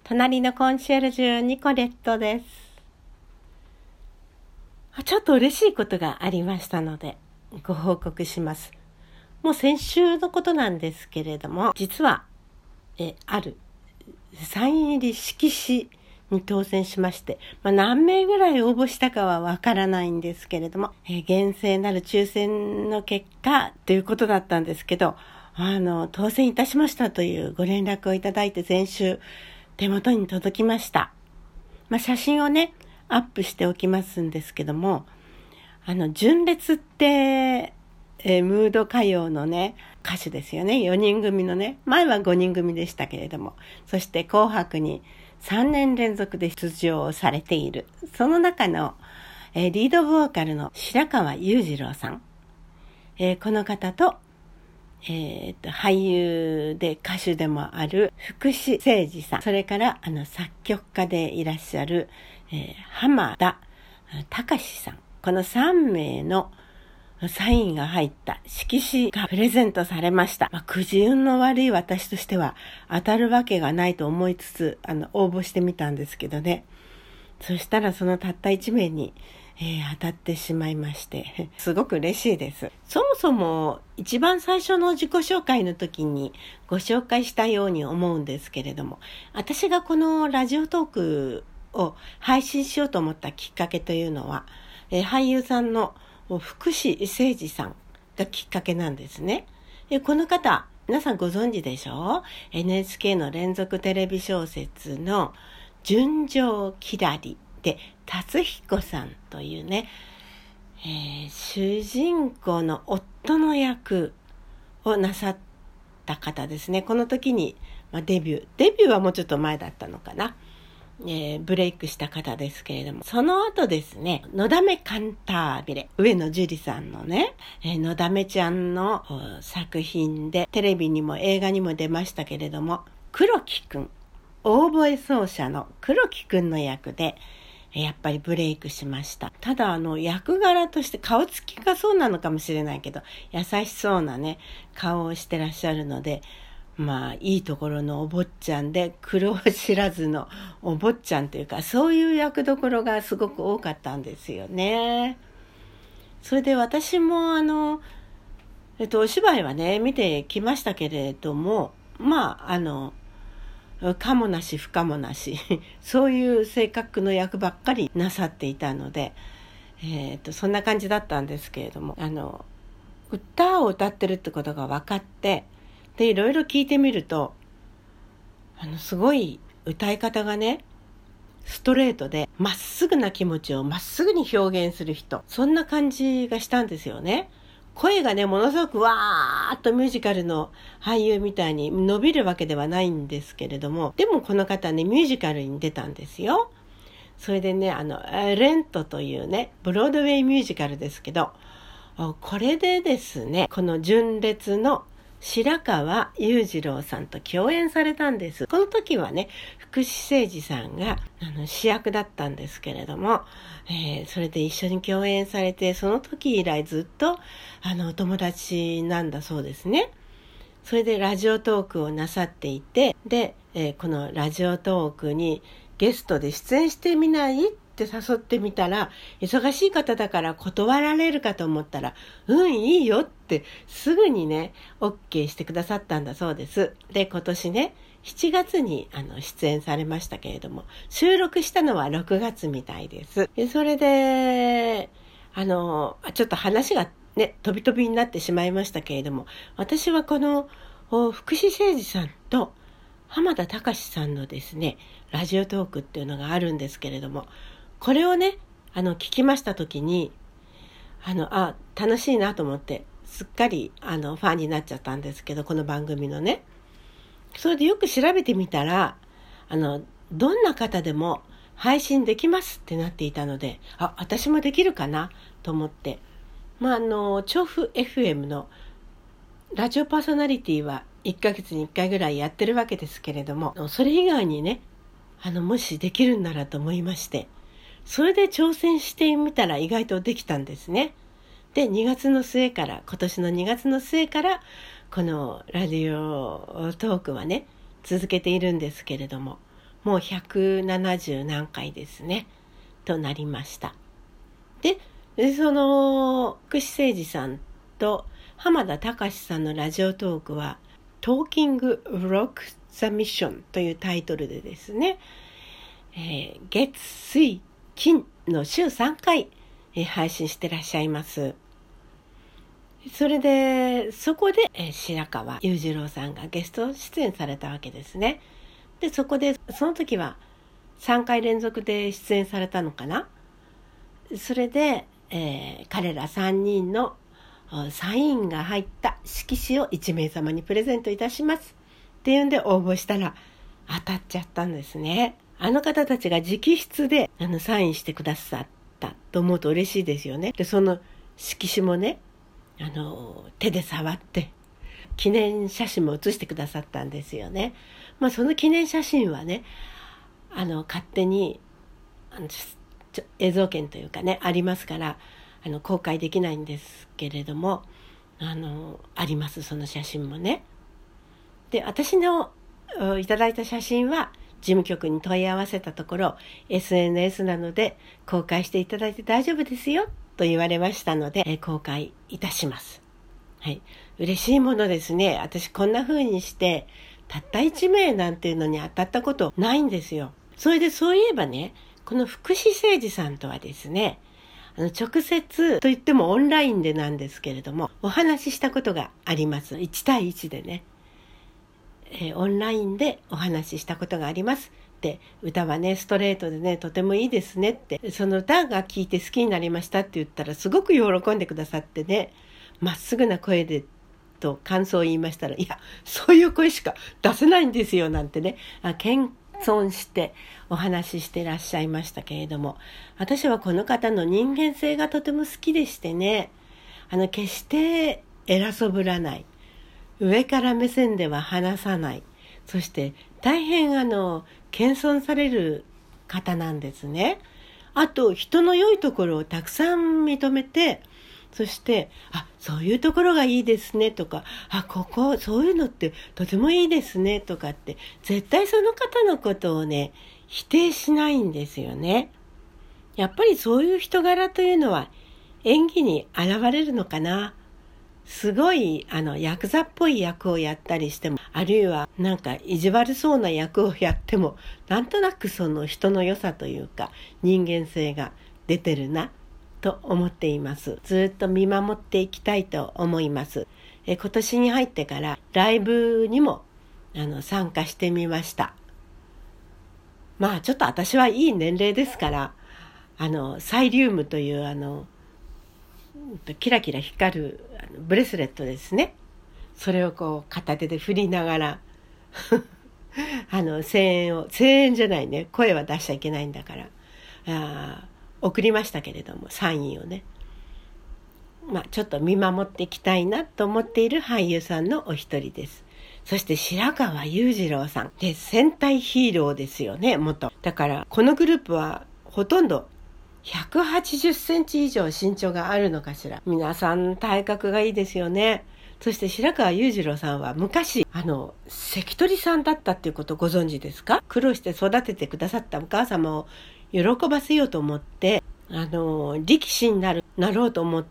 隣のコンシェルジュニコレットです。ちょっと嬉しいことがありましたのでご報告します。もう先週のことなんですけれども、実はあるサイン入り色紙に当選しまして、何名ぐらい応募したかはわからないんですけれども、厳正なる抽選の結果ということだったんですけど、当選いたしましたというご連絡をいただいて、先週手元に届きました。写真をねアップしておきますんですけども、純烈ってムード歌謡のね歌手ですよね。4人組のね、前は5人組でしたけれども、そして紅白に3年連続で出場されている、その中のリードボーカルの白川裕次郎さん、この方と、俳優で歌手でもある福士誠治さん、それから作曲家でいらっしゃる、浜田隆さん、この3名のサインが入った色紙がプレゼントされました。くじ運の悪い私としては当たるわけがないと思いつつ応募してみたんですけどね、そしたらそのたった1名に、当たってしまいましてすごく嬉しいです。そもそも一番最初の自己紹介の時にご紹介したように思うんですけれども、私がこのラジオトークを配信しようと思ったきっかけというのは、俳優さんの福士誠治さんがきっかけなんですね。この方皆さんご存知でしょう。 NHK の連続テレビ小説の純情きらりで達彦さんというね、主人公の夫の役をなさった方ですね。この時に、デビューはもうちょっと前だったのかな、ブレイクした方ですけれども、その後ですね、のだめカンタービレ、上野樹里さんのね、のだめちゃんの作品でテレビにも映画にも出ましたけれども、黒木くん、オーボエ奏者の黒木くんの役でやっぱりブレイクしました。ただ役柄として顔つきがそうなのかもしれないけど、優しそうなね顔をしてらっしゃるので、いいところのお坊ちゃんで苦労知らずのお坊ちゃんというか、そういう役どころがすごく多かったんですよね。それで私もお芝居はね見てきましたけれども、可もなし不可もなしそういう性格の役ばっかりなさっていたので、そんな感じだったんですけれども、歌を歌ってるってことが分かって、でいろいろ聞いてみるとすごい歌い方がねストレートでまっすぐな気持ちをまっすぐに表現する人、そんな感じがしたんですよね。声がねものすごくわーっとミュージカルの俳優みたいに伸びるわけではないんですけれども、でもこの方ねミュージカルに出たんですよ。それでねレントというねブロードウェイミュージカルですけど、これでですねこの純烈の白川裕次郎さんと共演されたんです。この時はね福士誠治さんが主役だったんですけれども、それで一緒に共演されて、その時以来ずっとお友達なんだそうですね。それでラジオトークをなさっていて、で、このラジオトークにゲストで出演してみないって誘ってみたら、忙しい方だから断られるかと思ったら、いいよってすぐにね OK してくださったんだそうです。で今年ね7月に出演されましたけれども、収録したのは6月みたいです。でそれでちょっと話がね飛び飛びになってしまいましたけれども、私はこの福士誠治さんと浜田隆さんのですねラジオトークっていうのがあるんですけれども、これをね聞きました時に楽しいなと思ってすっかりファンになっちゃったんですけど、この番組のね。それでよく調べてみたらどんな方でも配信できますってなっていたので、私もできるかなと思って、調布 FM のラジオパーソナリティは1ヶ月に1回ぐらいやってるわけですけれども、それ以外にねもしできるんならと思いまして、それで挑戦してみたら意外とできたんですね。で今年の2月の末からこのラジオトークはね続けているんですけれども、 もう170何回ですねとなりました。でその福士誠二さんと浜田隆さんのラジオトークはトーキングロックザミッションというタイトルでですね、月水金の週3回、配信してらっしゃいます。それでそこで、白川裕次郎さんがゲスト出演されたわけですね。でそこでその時は3回連続で出演されたのかな。それで、彼ら3人のサインが入った色紙を1名様にプレゼントいたしますっていうんで応募したら当たっちゃったんですね。あの方たちが直筆でサインしてくださったと思うと嬉しいですよね。でその色紙もね手で触って記念写真も写してくださったんですよね。その記念写真はね勝手に映像権というかねありますから公開できないんですけれどもあります、その写真もね。で私のいただいた写真は事務局に問い合わせたところ SNS なので公開していただいて大丈夫ですよと言われましたので、公開いたします。はい、嬉しいものですね。私こんな風にしてたった1名なんていうのに当たったことないんですよ。それでそういえばね、この福士誠二さんとはですね直接といってもオンラインでなんですけれどもお話ししたことがあります。1対1でね、オンラインでお話ししたことがありますって。歌はねストレートでねとてもいいですねって、その歌が聴いて好きになりましたって言ったらすごく喜んでくださってね、まっすぐな声でと感想を言いましたら、いやそういう声しか出せないんですよなんてね謙遜してお話ししてらっしゃいましたけれども、私はこの方の人間性がとても好きでしてね、決して偉そぶらない、上から目線では話さない、そして大変謙遜される方なんですね。あと人の良いところをたくさん認めて、そしてそういうところがいいですねとかここそういうのってとてもいいですねとかって絶対その方のことをね否定しないんですよね。やっぱりそういう人柄というのは演技に現れるのかな。すごいヤクザっぽい役をやったりしても、あるいはなんか意地悪そうな役をやってもなんとなくその人の良さというか人間性が出てるなと思っています。ずっと見守っていきたいと思います。今年に入ってからライブにも参加してみました。ちょっと私はいい年齢ですからサイリウムというキラキラ光るブレスレットですね。それをこう片手で振りながら声援じゃないね、声は出しちゃいけないんだから送りましたけれども、サインをねちょっと見守っていきたいなと思っている俳優さんのお一人です。そして白川裕次郎さんで戦隊ヒーローですよね、元。だからこのグループはほとんど180センチ以上身長があるのかしら。皆さん体格がいいですよね。そして白川裕次郎さんは昔関取さんだったっていうことをご存知ですか？苦労して育ててくださったお母様を喜ばせようと思って力士になろうと思って、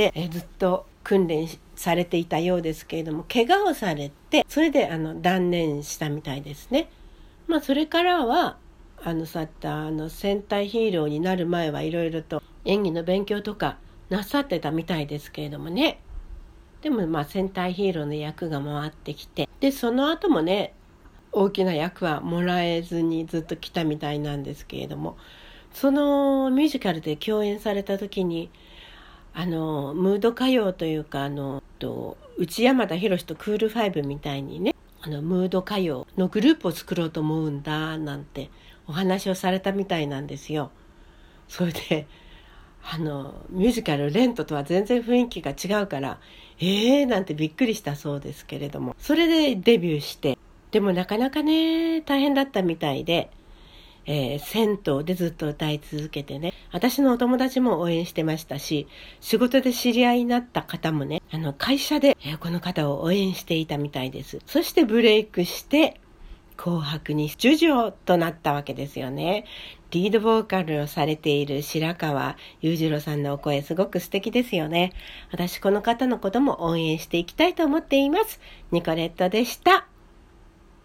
ずっと訓練されていたようですけれども、怪我をされてそれで断念したみたいですね。それからはそういった戦隊ヒーローになる前はいろいろと演技の勉強とかなさってたみたいですけれどもね。でも戦隊ヒーローの役が回ってきて、でその後もね大きな役はもらえずにずっと来たみたいなんですけれども、そのミュージカルで共演された時にムード歌謡というか内山田洋とクールファイブみたいにねムード歌謡のグループを作ろうと思うんだなんてお話をされたみたいなんですよ。それでミュージカルレントとは全然雰囲気が違うからなんてびっくりしたそうですけれども、それでデビューして、でもなかなかね大変だったみたいで、銭湯でずっと歌い続けてね、私のお友達も応援してましたし、仕事で知り合いになった方もね会社で、この方を応援していたみたいです。そしてブレイクして紅白に出場となったわけですよね。リードボーカルをされている白川裕次郎さんのお声、すごく素敵ですよね。私この方のことも応援していきたいと思っています。ニコレットでした。